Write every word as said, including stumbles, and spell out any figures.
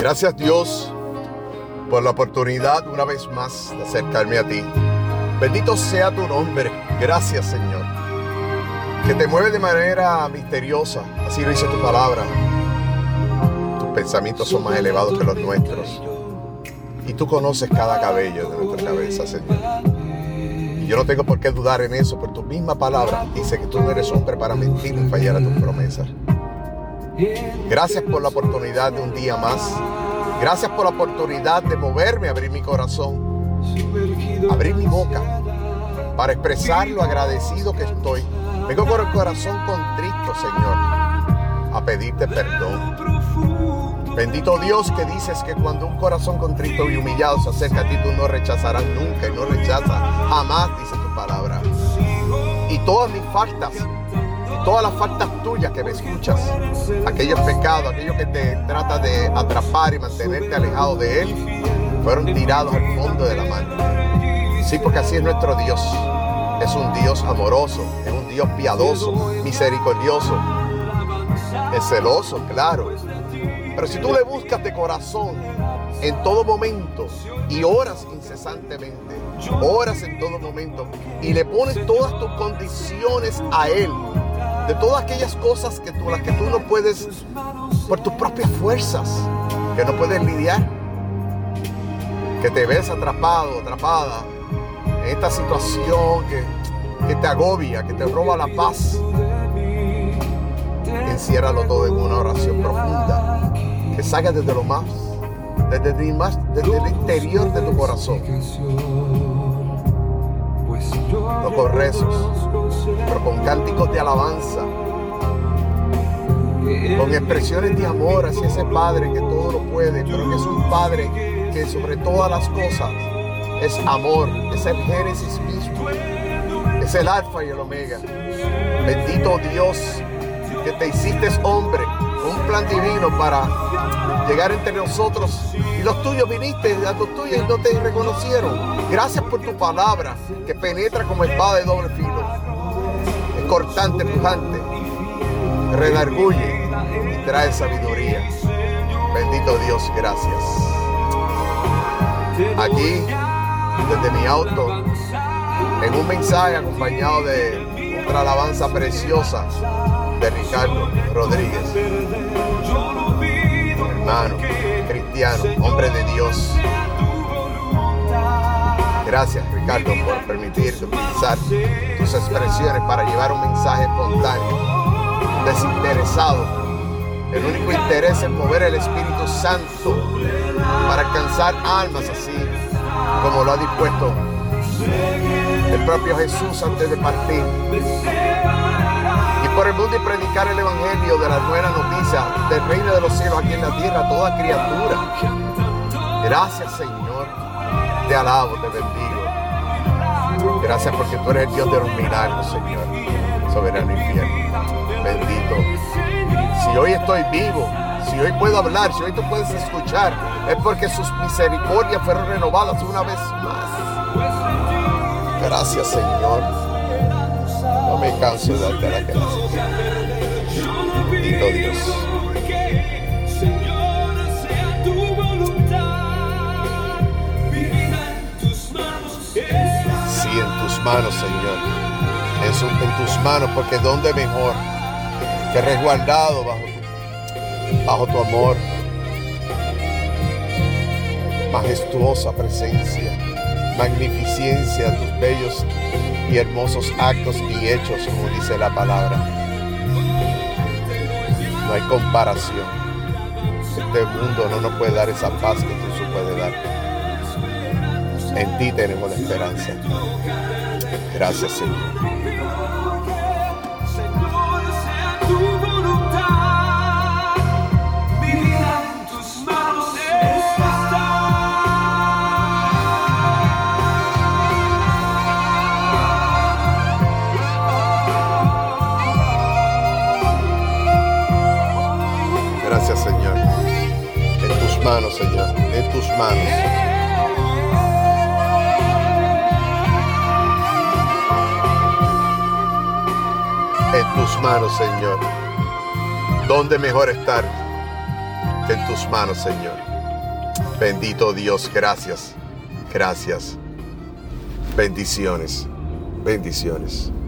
Gracias, Dios, por la oportunidad una vez más de acercarme a ti. Bendito sea tu nombre. Gracias, Señor, que te mueve de manera misteriosa. Así lo dice tu palabra. Tus pensamientos son más elevados que los nuestros. Y tú conoces cada cabello de nuestra cabeza, Señor. Y yo no tengo por qué dudar en eso, por tu misma palabra dice que tú no eres hombre para mentir ni fallar a tus promesas. Gracias por la oportunidad de un día más. Gracias por la oportunidad de moverme, abrir mi corazón, abrir mi boca para expresar lo agradecido que estoy. Vengo con el corazón contrito, Señor, a pedirte perdón. Bendito Dios, que dices que cuando un corazón contrito y humillado se acerca a ti, tú no rechazarás nunca y no rechazas jamás, dice tu palabra. Y todas mis faltas, y todas las faltas tuyas que me escuchas, aquellos pecados, aquellos que te trata de atrapar y mantenerte alejado de Él, fueron tirados al fondo de la mar. Sí, porque así es nuestro Dios. Es un Dios amoroso, es un Dios piadoso, misericordioso, es celoso, claro. Pero si tú le buscas de corazón en todo momento y oras incesantemente, oras en todo momento y le pones todas tus condiciones a Él, de todas aquellas cosas que tú, las que tú no puedes por tus propias fuerzas, que no puedes lidiar, que te ves atrapado, atrapada en esta situación que, que te agobia, que te roba la paz, enciérralo todo en una oración profunda que salga desde lo más, desde el, más, desde el interior de tu corazón. No con rezos, pero con cánticos de alabanza, con expresiones de amor hacia ese Padre que todo lo puede, pero que es un Padre que sobre todas las cosas es amor, es el Génesis mismo, es el Alfa y el Omega. Bendito Dios, que te hiciste hombre, un plan divino para llegar entre nosotros, y los tuyos viniste, a los tuyos y no te reconocieron. Gracias por tu palabra que penetra como espada de doble filo, es cortante, pujante, redarguye y trae sabiduría. Bendito Dios, gracias. Aquí, desde mi auto, en un mensaje acompañado de otra alabanza preciosa de Ricardo Rodríguez, hermano, cristiano, hombre de Dios. Gracias, Ricardo, por permitirte utilizar tus expresiones para llevar un mensaje espontáneo, desinteresado. El único interés es mover el Espíritu Santo para alcanzar almas, así como lo ha dispuesto el propio Jesús antes de partir. Por el mundo y predicar el evangelio de la buena noticia del reino de los cielos aquí en la tierra a toda criatura. Gracias, Señor, te alabo, te bendigo. Gracias porque tú eres el Dios de los milagros, Señor, soberano y fiel. Bendito. Si hoy estoy vivo, si hoy puedo hablar, si hoy tú puedes escuchar, es porque sus misericordias fueron renovadas una vez más. Gracias, Señor. No me canso de darte la gracia. Bendito Dios. Sí, en tus manos, Señor. En, su, en tus manos, porque ¿dónde mejor que resguardado bajo tu, bajo tu amor? Majestuosa presencia, magnificencia de tus bellos y hermosos actos y hechos, como dice la palabra. No hay comparación. Este mundo no nos puede dar esa paz que tú sí puedes dar. En ti tenemos la esperanza. Gracias, Señor. Gracias, Señor. En tus manos, Señor. En tus manos. En tus manos, Señor. ¿Dónde mejor estar en tus manos, Señor. Bendito Dios, gracias, gracias. Bendiciones, bendiciones.